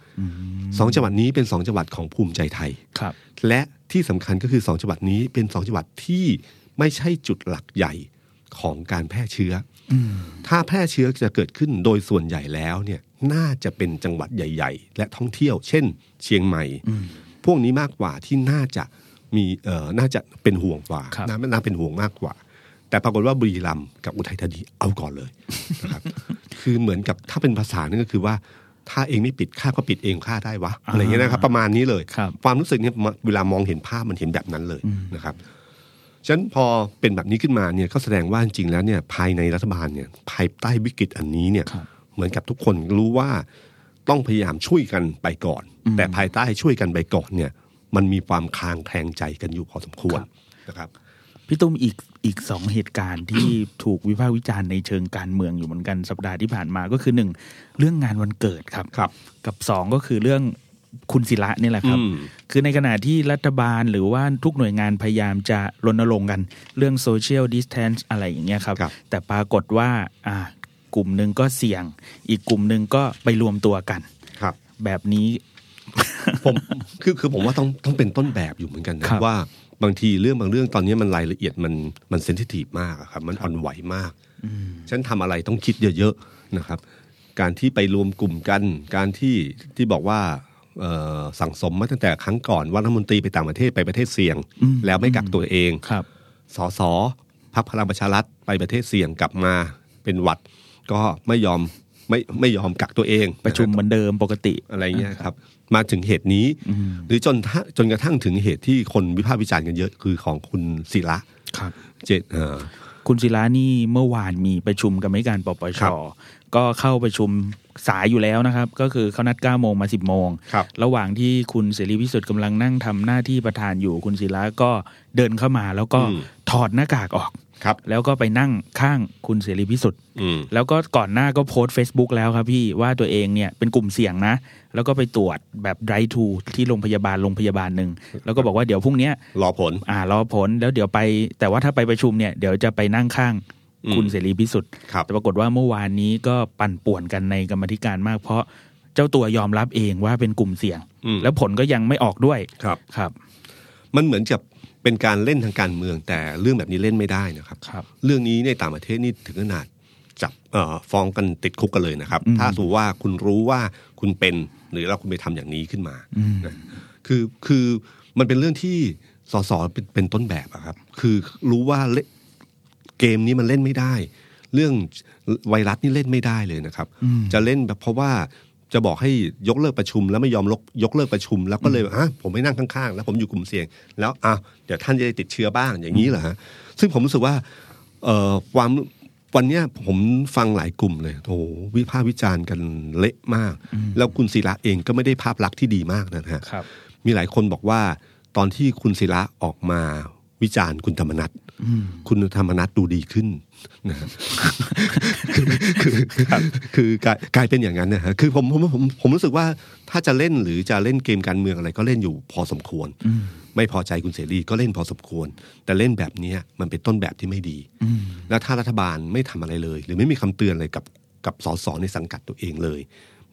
2จังหวัดนี้เป็น2จังหวัดของภูมิใจไทยและที่สำคัญก็คือ2จังหวัดนี้เป็น2จังหวัดที่ไม่ใช่จุดหลักใหญ่ของการแพร่เชื้อถ้าแพร่เชื้อจะเกิดขึ้นโดยส่วนใหญ่แล้วเนี่ยน่าจะเป็นจังหวัดใหญ่ๆและท่องเที่ยวเช่นเชียงใหม่พวกนี้มากกว่าที่น่าจะมีน่าจะเป็นห่วงกว่าน่าเป็นห่วงมากกว่าแต่ปรากฏว่าบุรีรัมย์กับอุทัยธานีเอาก่อนเลยนะครับ คือเหมือนกับถ้าเป็นภาษานั่นก็คือว่าถ้าเองไม่ปิดข้าก็ปิดเองข้าได้วะอะไรอย่างเงี้ยนะครับประมาณนี้เลยความรู้สึกเนี่ยเวลามองเห็นภาพมันเห็นแบบนั้นเลยนะครับฉะนั้นพอเป็นแบบนี้ขึ้นมาเนี่ยก็แสดงว่าจริงๆแล้วเนี่ยภายในรัฐบาลเนี่ยภายใต้วิกฤตอันนี้เนี่ยเหมือนกับทุกคนรู้ว่าต้องพยายามช่วยกันไปก่อนแต่ภายใต้ช่วยกันไปก่อนเนี่ยมันมีความคลางแคลงใจกันอยู่พอสมควรนะครับพี่ตุ้มอีก2เหตุการณ์ที่ถูกวิพากษ์วิจารณ์ในเชิงการเมืองอยู่เหมือนกันสัปดาห์ที่ผ่านมาก็คือ1เรื่องงานวันเกิดครับกับ2ก็คือเรื่องคุณศิระนี่แหละครับคือในขณะที่รัฐบาลหรือว่าทุกหน่วยงานพยายามจะรณรงค์กันเรื่องโซเชียลดิสแทนซ์อะไรอย่างเงี้ยครับแต่ปรากฏว่ากลุ่มหนึ่งก็เสี่ยงอีกกลุ่มหนึ่งก็ไปรวมตัวกันแบบนี้ผมคือผมว่าต้องเป็นต้นแบบอยู่เหมือนกันนะว่าบางทีบางเรื่องตอนนี้มันรายละเอียดมันเซนซิทีฟมากครับมันอ่อนไหวมากฉันทำอะไรต้องคิดเยอะๆนะครับการที่ไปรวมกลุ่มกันการที่บอกว่าสั่งสมมาตั้งแต่ครั้งก่อนว่ารัฐมนตรีไปต่างประเทศไปประเทศเสี่ยงแล้วไม่กักตัวเองสสพรรคพลังประชารัฐไปประเทศเสี่ยงกลับมาเป็นหวัดก็ไม่ยอมกักตัวเองประชุมเหมือนเดิมปกติอะไรเงี้ยครับมาถึงเหตุนี้หรือจนกระทั่งถึงเหตุที่คนวิพากษ์วิจารณ์กันเยอะคือของคุณศิระคุณศิระนี่เมื่อวานมีประชุมกรรมการปปช.ก็เข้าประชุมสายอยู่แล้วนะครับก็คือเขานัด 9 โมงมา 10 โมงระหว่างที่คุณเสรีพิสุทธิ์กำลังนั่งทำหน้าที่ประธานอยู่คุณศิระก็เดินเข้ามาแล้วก็ถอดหน้ากากออกแล้วก็ไปนั่งข้างคุณเสรีพิสุทธิ์แล้วก็ก่อนหน้าก็โพสต์ Facebook แล้วครับพี่ว่าตัวเองเนี่ยเป็นกลุ่มเสี่ยงนะแล้วก็ไปตรวจแบบไดรฟ์ทูที่โรงพยาบาลนึงแล้วก็บอกว่าเดี๋ยวพรุ่งนี้รอผลแล้วเดี๋ยวไปแต่ว่าถ้าไปประชุมเนี่ยเดี๋ยวจะไปนั่งข้างคุณเสรีพิสุทธิ์แต่ปรากฏว่าเมื่อวานนี้ก็ปั่นป่วนกันในกรรมาธิการมากเพราะเจ้าตัวยอมรับเองว่าเป็นกลุ่มเสี่ยงแล้วผลก็ยังไม่ออกด้วยครับมันเหมือนกับเป็นการเล่นทางการเมืองแต่เรื่องแบบนี้เล่นไม่ได้นะครับเรื่องนี้ในต่างประเทศนี่ถึงขนาดจับฟ้องกันติดคุกกันเลยนะครับถ้าสมมติว่าคุณรู้ว่าคุณเป็นหรือแล้วคุณไปทำอย่างนี้ขึ้นมาคือมันเป็นเรื่องที่สสเป็นต้นแบบครับคือรู้ว่าเกมนี้มันเล่นไม่ได้เรื่องไวรัสนี่เล่นไม่ได้เลยนะครับจะเล่นแบบเพราะว่าจะบอกให้ยกเลิกประชุมแล้วไม่ยอมยกเลิกประชุมแล้วก็เลยผมไม่นั่งข้างๆแล้วผมอยู่กลุ่มเสี่ยงแล้วเดี๋ยวท่านจะได้ติดเชื้อบ้างอย่างนี้เหรอฮะซึ่งผมรู้สึกว่าความวันนี้ผมฟังหลายกลุ่มเลยโอ้วิพากษ์วิจารณ์กันเละมากแล้วคุณศิระเองก็ไม่ได้ภาพลักษณ์ที่ดีมากนะฮะมีหลายคนบอกว่าตอนที่คุณศิระออกมาวิจารณ์คุณธรรมนัสคุณธรรมนัสดูดีขึ้นนะคือกลายเป็นอย่างนั้นนะฮะคือผมรู้สึกว่าถ้าจะเล่นหรือจะเล่นเกมการเมืองอะไรก็เล่นอยู่พอสมควรไม่พอใจคุณเสรีก็เล่นพอสมควรแต่เล่นแบบนี้มันเป็นต้นแบบที่ไม่ดีแล้วถ้ารัฐบาลไม่ทำอะไรเลยหรือไม่มีคำเตือนอะไรกับสสในสังกัดตัวเองเลย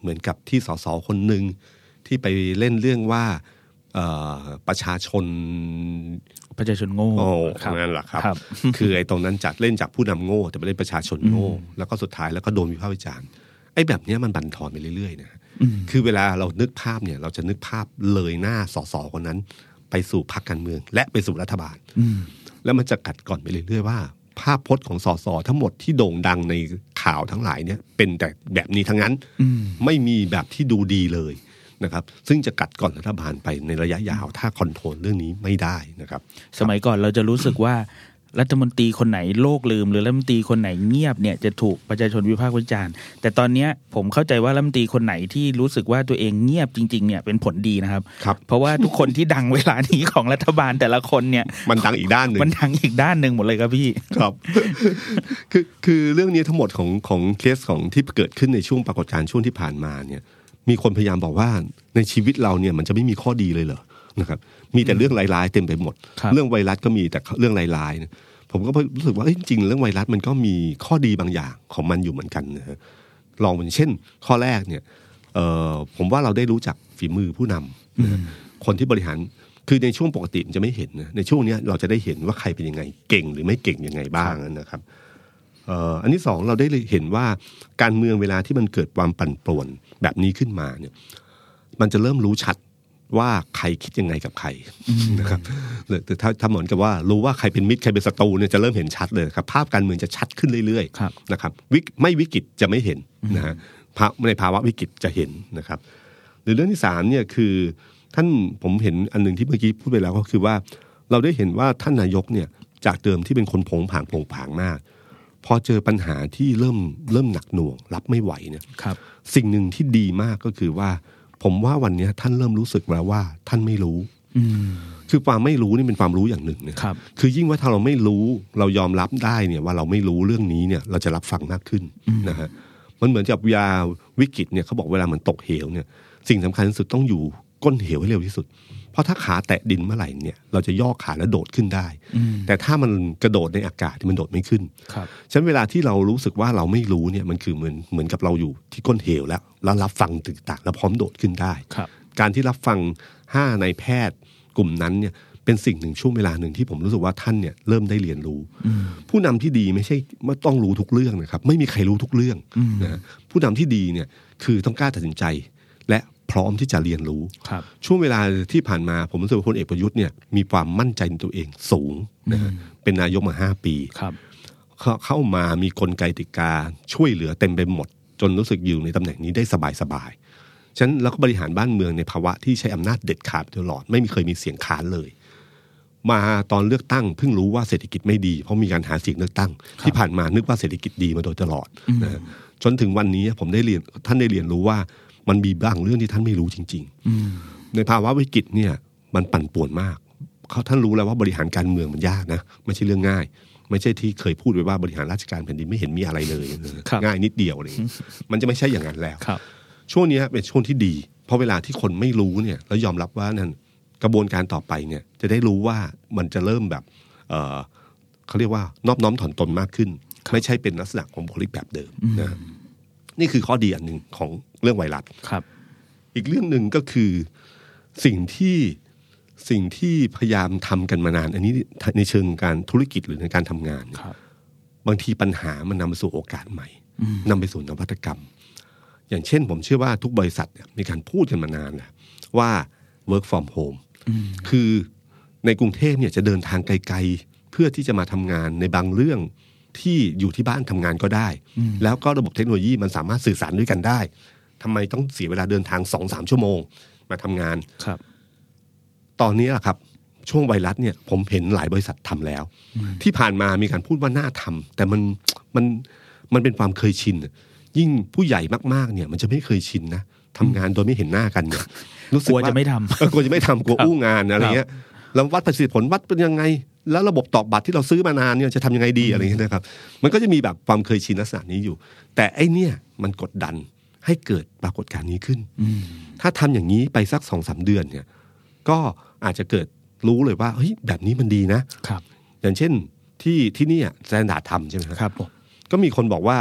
เหมือนกับที่สสคนหนึ่งที่ไปเล่นเรื่องว่าประชาชนโง่นั่นแหละครับ คือไอ้ตรงนั้นจัดเล่นจากผู้นำโง่แต่ไปเล่นประชาชนโง่แล้วก็สุดท้ายแล้วก็โดนวิพากษ์วิจารณ์ไอ้แบบนี้มันบั่นทอนไปเรื่อยๆนะคือเวลาเรานึกภาพเนี่ยเราจะนึกภาพเลยหน้าสสคนนั้นไปสู่พรรคการเมืองและไปสู่รัฐบาลแล้วมันจะกัดก่อนไปเรื่อยๆว่าภาพพจน์ของสสทั้งหมดที่โด่งดังในข่าวทั้งหลายเนี่ยเป็นแต่แบบนี้ทั้งนั้นไม่มีแบบที่ดูดีเลยนะครับซึ่งจะกัดก่อนรัฐบาลไปในระยะยาวถ้าคอนโทรลเรื่องนี้ไม่ได้นะครับสมัยก่อนเราจะรู้สึกว่ารัฐมนตรีคนไหนโลกลืมหรือรัฐมนตรีคนไหนเงียบเนี่ยจะถูกประชาชนวิพากษ์วิจารณ์แต่ตอนนี้ผมเข้าใจว่ารัฐมนตรีคนไหนที่รู้สึกว่าตัวเองเงียบจริงๆเนี่ยเป็นผลดีนะครับเพราะว่าทุกคนที่ดังเวลานี้ของรัฐบาลแต่ละคนเนี่ยมันดังอีกด้านนึงมันดังอีกด้านนึงหมดเลยครับพี่ครับ คือเรื่องนี้ทั้งหมดของเคสของที่เกิดขึ้นในช่วงปรากฏการณ์ช่วงที่ผ่านมาเนี่ยมีคนพยายามบอกว่าในชีวิตเราเนี่ยมันจะไม่มีข้อดีเลยเหรอนะครับมีแต่เรื่องร้ายๆเต็มไปหมดเรื่องไวรัสก็มีแต่เรื่องร้ายๆผมก็รู้สึกว่าจริงๆเรื่องไวรัสมันก็มีข้อดีบางอย่างของมันอยู่เหมือนกันนะฮะลองอย่างเช่นข้อแรกเนี่ยผมว่าเราได้รู้จักฝีมือผู้นำคนที่บริหารคือในช่วงปกติมันจะไม่เห็นนะในช่วงนี้เราจะได้เห็นว่าใครเป็นยังไงเก่งหรือไม่เก่งยังไงบ้างนะครับอันที่สองเราได้เห็นว่าการเมืองเวลาที่มันเกิดความปั่นป่วนแบบนี้ขึ้นมาเนี่ยมันจะเริ่มรู้ชัดว่าใครคิดยังไงกับใครนะครับแต่ถ้าเหมือนกับว่ารู้ว่าใครเป็นมิตรใครเป็นศัตรูเนี่ยจะเริ่มเห็นชัดเลยครับภาพการเมืองจะชัดขึ้นเรื่อยๆนะครับไม่วิกฤตจะไม่เห็นนะฮะในภาวะวิกฤตจะเห็นนะครับหรือเรื่องที่สามเนี่ยคือท่านผมเห็นอันนึงที่เมื่อกี้พูดไปแล้วก็คือว่าเราได้เห็นว่าท่านนายกเนี่ยจากเดิมที่เป็นคนโผงผางมากพอเจอปัญหาที่เริ่มหนักหน่วงรับไม่ไหวเนี่ยสิ่งหนึ่งที่ดีมากก็คือว่าผมว่าวันนี้ท่านเริ่มรู้สึกแล้วว่าท่านไม่รู้คือความไม่รู้นี่เป็นความรู้อย่างหนึ่งนะครับคือยิ่งว่าถ้าเราไม่รู้เรายอมรับได้เนี่ยว่าเราไม่รู้เรื่องนี้เนี่ยเราจะรับฟังมากขึ้นนะฮะมันเหมือนกับยาวิกฤตเนี่ยเขาบอกเวลาเหมือนตกเหวเนี่ยสิ่งสำคัญที่สุดต้องอยู่ก้นเหวให้เร็วที่สุดเพราะถ้าขาแตะดินเมื่อไหร่เนี่ยเราจะย่อขาแล้วโดดขึ้นได้แต่ถ้ามันกระโดดในอากาศมันโดดไม่ขึ้นฉะนั้นเวลาที่เรารู้สึกว่าเราไม่รู้เนี่ยมันคือเหมือนกับเราอยู่ที่ก้นเหวแล้วรับฟังต่างๆแล้วพร้อมโดดขึ้นได้การที่รับฟัง5นายแพทย์กลุ่มนั้นเนี่ยเป็นสิ่งหนึ่งช่วงเวลาหนึ่งที่ผมรู้สึกว่าท่านเนี่ยเริ่มได้เรียนรู้ผู้นำที่ดีไม่ใช่ว่าต้องรู้ทุกเรื่องนะครับไม่มีใครรู้ทุกเรื่องนะผู้นำที่ดีเนี่ยคือต้องกล้าตัดสินใจและพร้อมที่จะเรียนรู้ช่วงเวลาที่ผ่านมาผมรู้สึกว่าพลเอกประยุทธ์เนี่ยมีความมั่นใจในตัวเองสูงนะเป็นนายกมา5 ปีเข้ามามีกลไกติกาช่วยเหลือเต็มไปหมดจนรู้สึกอยู่ในตำแหน่งนี้ได้สบายๆฉะนั้นแล้วก็บริหารบ้านเมืองในภาวะที่ใช้อำนาจเด็ดขาดตลอดไม่เคยมีเสียงค้านเลยมาตอนเลือกตั้งเพิ่งรู้ว่าเศรษฐกิจไม่ดีเพราะมีการหาเสียงเลือกตั้งที่ผ่านมานึกว่าเศรษฐกิจดีมาโดยตลอดนะจนถึงวันนี้ผมได้เรียนท่านได้เรียนรู้ว่ามันมีบางเรื่องที่ท่านไม่รู้จริงๆในภาวะวิกฤตเนี่ยมันปั่นป่วนมากท่านรู้แล้วว่าบริหารการเมืองมันยากนะไม่ใช่เรื่องง่ายไม่ใช่ที่เคยพูดไว้ว่าบริหารราชการแผ่นดินไม่เห็นมีอะไรเลยง่ายนิดเดียวเลยมันจะไม่ใช่อย่างนั้นแล้วช่วงนี้เป็นช่วงที่ดีเพราะเวลาที่คนไม่รู้เนี่ยแล้วยอมรับว่านั่นกระบวนการต่อไปเนี่ยจะได้รู้ว่ามันจะเริ่มแบบเขาเรียกว่านอบน้อมถ่อมตนมากขึ้นไม่ใช่เป็นลักษณะของบุคลิกแบบเดิมนะนี่คือข้อดีอันหนึ่งของเรื่องไวรัสอีกเรื่องหนึ่งก็คือสิ่งที่พยายามทำกันมานานอันนี้ในเชิงการธุรกิจหรือในการทำงานบางทีปัญหามันนำไปสู่โอกาสใหม่นำไปสู่นวัตกรรมอย่างเช่นผมเชื่อว่าทุกบริษัทมีการพูดกันมานานแล้วว่า work from home คือในกรุงเทพเนี่ยจะเดินทางไกลๆเพื่อที่จะมาทำงานในบางเรื่องที่อยู่ที่บ้านทำงานก็ได้แล้วก็ระบบเทคโนโลยีมันสามารถสื่อสารด้วยกันได้ทำไมต้องเสียเวลาเดินทาง 2-3 ชั่วโมงมาทำงานตอนนี้แหละครับช่วงไวรัสเนี่ยผมเห็นหลายบริษัททำแล้วที่ผ่านมามีการพูดว่าน่าทำแต่มันเป็นความเคยชินยิ่งผู้ใหญ่มากๆเนี่ยมันจะไม่เคยชินนะทำงานโดยไม่เห็นหน้ากันเนี่ยรู้สึกว่ากลัวจะไม่ทำกลัวอู้งานอะไรเงี้ยแล้ววัดประสิทธิผลวัดเป็นยังไงแล้วระบบตอกบัตรที่เราซื้อมานานเนี่ยจะทำยังไงดีอะไรเงี้ยนะครับมันก็จะมีแบบความเคยชินลักษณะนี้อยู่แต่ไอ้เนี่ยมันกดดันให้เกิดปรากฏการณ์นี้ขึ้นถ้าทำอย่างนี้ไปสัก 2-3 เดือนเนี่ยก็อาจจะเกิดรู้เลยว่าเฮ้ยแบบนี้มันดีนะครับอย่างเช่นที่นี่สแตนดาร์ดทำใช่ไหมครับก็มีคนบอกว่า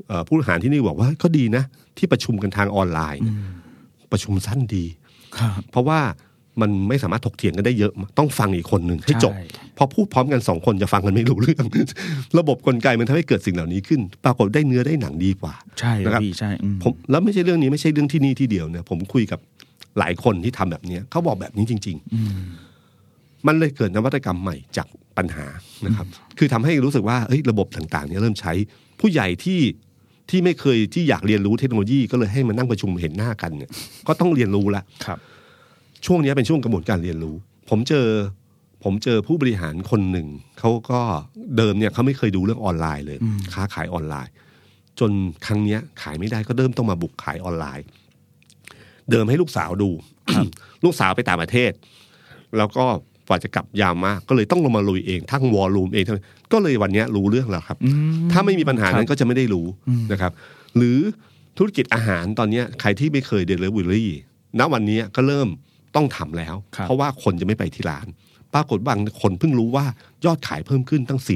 ผู้บริหารที่นี่บอกว่าก็ดีนะที่ประชุมกันทางออนไลน์ประชุมสั้นดีเพราะว่ามันไม่สามารถถกเถียงกันได้เยอะต้องฟังอีกคนหนึ่งให้จบพอพูดพร้อมกัน2คนจะฟังกันไม่รู้เรื่อง ระบบกลไกมันทำให้เกิดสิ่งเหล่านี้ขึ้นปรากฏได้เนื้อได้หนังดีกว่าใช่นะครับใช่ผมแล้วไม่ใช่เรื่องนี้ไม่ใช่เรื่องที่นี่ที่เดียวนะผมคุยกับหลายคนที่ทำแบบนี้เขาบอกแบบนี้จริงๆมันเลยเกิดนวัตกรรมใหม่จากปัญหานะครับคือทำให้รู้สึกว่าระบบต่างๆเนี่ยเริ่มใช้ผู้ใหญ่ที่ไม่เคยที่อยากเรียนรู้เทคโนโลยีก็เลยให้มานั่งประชุมเห็นหน้ากันเนี่ยก็ต้องเรียนรู้ละช่วงนี้เป็นช่วงกระบวนการเรียนรู้ผมเจอผู้บริหารคนหนึ่งเขาก็เดิมเนี่ยเขาไม่เคยดูเรื่องออนไลน์เลยค้าขายออนไลน์จนครั้งนี้ขายไม่ได้ก็เริ่มต้องมาบุกขายออนไลน์เดิมให้ลูกสาวดู ลูกสาวไปต่างประเทศแล้วก็กว่าจะกลับยาวมากก็เลยต้องลงมาลุยเองทั้งวอลลุ่มเองก็เลยวันนี้รู้เรื่องแล้วครับถ้าไม่มีปัญหานั้นก็จะไม่ได้รู้นะครับหรือธุรกิจอาหารตอนนี้ใครที่ไม่เคยเดลิเวอรี่ณวันนี้ก็เริ่มต้องทำแล้วเพราะว่าคนจะไม่ไปที่ร้านปรากฏบางคนเพิ่งรู้ว่ายอดขายเพิ่มขึ้นตั้ง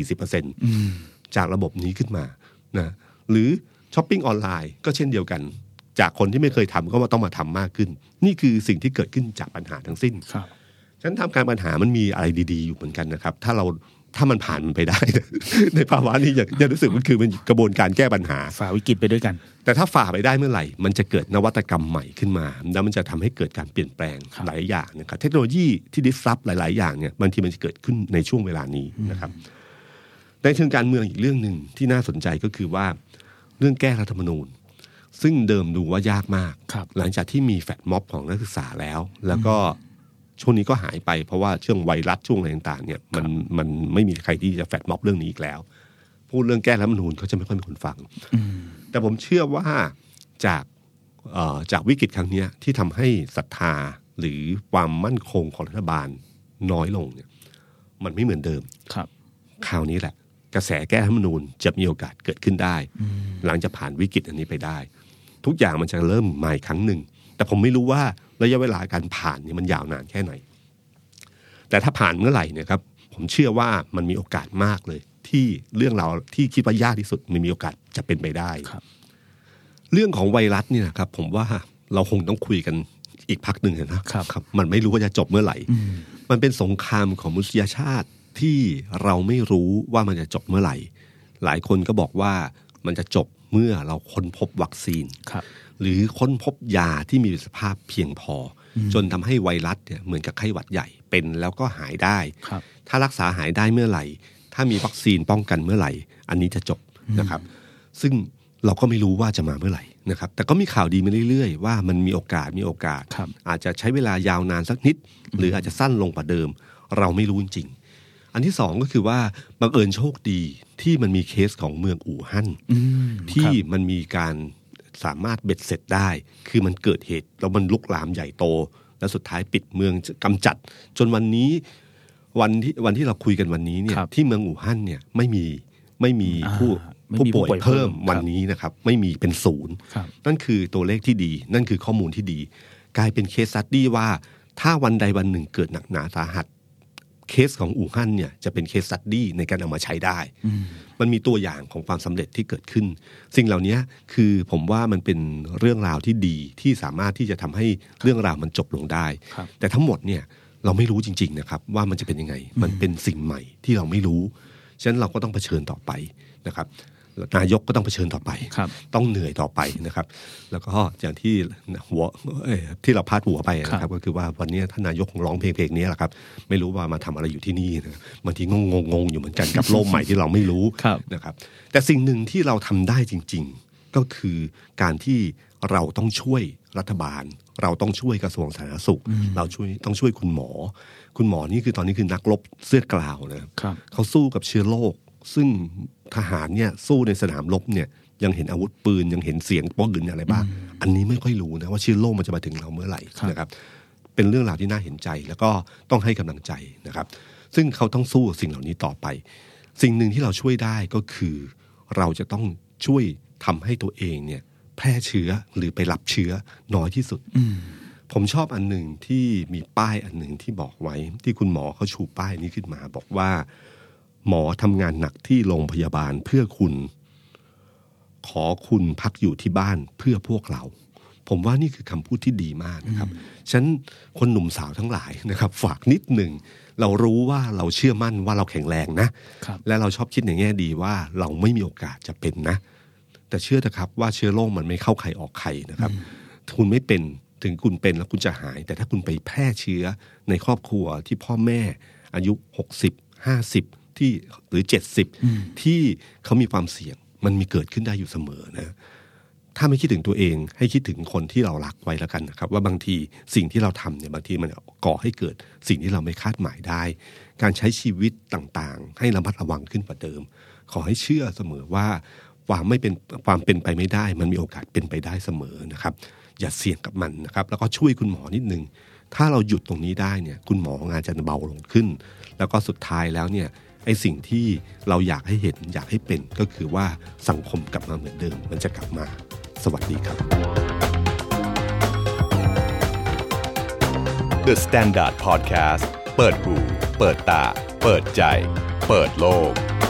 40% จากระบบนี้ขึ้นมานะหรือช้อปปิ้งออนไลน์ก็เช่นเดียวกันจากคนที่ไม่เคยทำก็ต้องมาทำมากขึ้นนี่คือสิ่งที่เกิดขึ้นจากปัญหาทั้งสิ้นฉะนั้นทำการปัญหามันมีอะไรดีๆอยู่เหมือนกันนะครับถ้ามันผ่านมันไปได้ ในภาวะนี้อย่ารู้สึกมันคือเป็นกระบวนการแก้ปัญหาฝ่าวิกฤตไปด้วยกันแต่ถ้าฝ่าไปได้เมื่อไหร่มันจะเกิดนวัตกรรมใหม่ขึ้นมาแล้วมันจะทำให้เกิดการเปลี่ยนแปลงหลายอย่างนะครับเทคโนโลยีที่disruptหลายๆอย่างเนี่ยบางทีมันจะเกิดขึ้นในช่วงเวลานี้นะครับในเชิงการเมืองอีกเรื่องนึงที่น่าสนใจก็คือว่าเรื่องแก้รัฐธรรมนูญซึ่งเดิมดูว่ายากมากหลังจากที่มีแฟลชม็อบของนักศึกษาแล้วก็ช่วงนี้ก็หายไปเพราะว่าช่วงไวรัสช่วงอะไรต่างๆเนี่ยมันไม่มีใครที่จะแฟลชม็อบเรื่องนี้อีกแล้วพูดเรื่องแก้รัฐธรรมนูญเขาจะไม่ค่อยมีคนฟังแต่ผมเชื่อว่าจากวิกฤตครั้งนี้ที่ทำให้ศรัทธาหรือความมั่นคงของรัฐบาลน้อยลงเนี่ยมันไม่เหมือนเดิมคราวนี้แหละกระแสแก้รัฐธรรมนูญจะมีโอกาสเกิดขึ้นได้หลังจากผ่านวิกฤตอันนี้ไปได้ทุกอย่างมันจะเริ่มใหม่ครั้งหนึ่งแต่ผมไม่รู้ว่าระยะเวลาการผ่านเนี่ยมันยาวนานแค่ไหนแต่ถ้าผ่านเมื่อไหร่เนี่ยครับผมเชื่อว่ามันมีโอกาสมากเลยที่เรื่องเราที่คิดว่ายากที่สุดมันมีโอกาสจะเป็นไปได้เรื่องของไวรัสเนี่ยนะครับผมว่าเราคงต้องคุยกันอีกพักหนึ่งนะครับมันไม่รู้ว่าจะจบเมื่อไหร่มันเป็นสงครามของมนุษยชาติที่เราไม่รู้ว่ามันจะจบเมื่อไหร่หลายคนก็บอกว่ามันจะจบเมื่อเราค้นพบวัคซีนหรือค้นพบยาที่มีประสิทธิภาพเพียงพอจนทำให้ไวรัสเนี่ยเหมือนกับไข้หวัดใหญ่เป็นแล้วก็หายได้ถ้ารักษาหายได้เมื่อไหร่ถ้ามีวัคซีนป้องกันเมื่อไหร่อันนี้จะจบนะครับซึ่งเราก็ไม่รู้ว่าจะมาเมื่อไหร่นะครับแต่ก็มีข่าวดีมาเรื่อยๆว่ามันมีโอกาสอาจจะใช้เวลายาวนานสักนิดหรืออาจจะสั้นลงกว่าเดิมเราไม่รู้จริงๆอันที่สองก็คือว่าบังเอิญโชคดีที่มันมีเคสของเมืองอู่ฮั่นที่มันมีการสามารถเบ็ดเสร็จได้คือมันเกิดเหตุแล้วมันลุกลามใหญ่โตแล้วสุดท้ายปิดเมืองกำจัดจนวันที่เราคุยกันวันนี้เนี่ยที่เมืองอู่ฮั่นเนี่ยไม่มีผู้ป่วยเพิ่มวันนี้นะครับไม่มีเป็นศูนย์นั่นคือตัวเลขที่ดีนั่นคือข้อมูลที่ดีกลายเป็นเคสสตั๊ดดี้ว่าถ้าวันใดวันหนึ่งเกิดหนักหนาสาหัสเคสของอู่ฮั่นเนี่ยจะเป็นเคสสตั๊ดดี้ในการเอามาใช้ได้มันมีตัวอย่างของความสำเร็จที่เกิดขึ้นสิ่งเหล่านี้คือผมว่ามันเป็นเรื่องราวที่ดีที่สามารถที่จะทำให้เรื่องราวมันจบลงได้แต่ทั้งหมดเนี่ยเราไม่รู้จริงๆนะครับว่ามันจะเป็นยังไงมันเป็นสิ่งใหม่ที่เราไม่รู้ฉะนั้นเราก็ต้องเผชิญต่อไปนะครับนายกก็ต้องเผชิญต่อไปต้องเหนื่อยต่อไปนะครับแล้วก็อย่างที่ที่เราพาดหัวไปนะครับก็คือว่าวันนี้ท่านนายกร้องเพลงนี้แหละครับไม่รู้ว่ามาทำอะไรอยู่ที่นี่นะบางทีงงอยู่เหมือนกันกับโลกใหม่ที่เราไม่รู้นะครับแต่สิ่งหนึ่งที่เราทำได้จริงๆก็คือการที่เราต้องช่วยรัฐบาลเราต้องช่วยกระทรวงสาธารณสุขเราต้องช่วยคุณหมอนี่คือตอนนี้คือนักรบเสื้อกลาวนะเขาสู้กับเชื้อโรคซึ่งทหารเนี่ยสู้ในสนามรบเนี่ยยังเห็นอาวุธปืนยังเห็นเสียงป้องกันอะไรบ้างอันนี้ไม่ค่อยรู้นะว่าเชื้อโรคมันจะมาถึงเราเมื่อไหร่นะครับเป็นเรื่องราวที่น่าเห็นใจแล้วก็ต้องให้กำลังใจนะครับซึ่งเขาต้องสู้สิ่งเหล่านี้ต่อไปสิ่งหนึ่งที่เราช่วยได้ก็คือเราจะต้องช่วยทำให้ตัวเองเนี่ยแพร่เชื้อหรือไปรับเชื้อน้อยที่สุดผมชอบอันหนึ่งที่มีป้ายอันหนึ่งที่บอกไว้ที่คุณหมอเขาชูป้ายนี้ขึ้นมาบอกว่าหมอทำงานหนักที่โรงพยาบาลเพื่อคุณขอคุณพักอยู่ที่บ้านเพื่อพวกเราผมว่านี่คือคำพูดที่ดีมากนะครับฉะนั้นคนหนุ่มสาวทั้งหลายนะครับฝากนิดหนึ่งเรารู้ว่าเราเชื่อมั่นว่าเราแข็งแรงนะและเราชอบคิดในแง่ดีว่าเราไม่มีโอกาสจะเป็นนะแต่เชื่อเถอะครับว่าเชื้อโรคมันไม่เข้าใครออกใครนะครับคุณไม่เป็นถึงคุณเป็นแล้วคุณจะหายแต่ถ้าคุณไปแพร่เชื้อในครอบครัวที่พ่อแม่อายุ60 50ที่หรือ70ที่เขามีความเสี่ยงมันมีเกิดขึ้นได้อยู่เสมอนะถ้าไม่คิดถึงตัวเองให้คิดถึงคนที่เรารักไว้แล้วกันนะครับว่าบางทีสิ่งที่เราทำเนี่ยบางทีมันก่อให้เกิดสิ่งที่เราไม่คาดหมายได้การใช้ชีวิตต่างๆให้ระมัดระวังขึ้นกว่าเดิมขอให้เชื่อเสมอว่าความเป็นไปไม่ได้มันมีโอกาสเป็นไปได้เสมอนะครับอย่าเสี่ยงกับมันนะครับแล้วก็ช่วยคุณหมอนิดนึงถ้าเราหยุดตรงนี้ได้เนี่ยคุณหมองานจะเบาลงขึ้นแล้วก็สุดท้ายแล้วเนี่ยไอ้สิ่งที่เราอยากให้เห็นอยากให้เป็นก็คือว่าสังคมกลับมาเหมือนเดิมมันจะกลับมาสวัสดีครับ The Standard Podcast เปิดหูเปิดตาเปิดใจเปิดโลก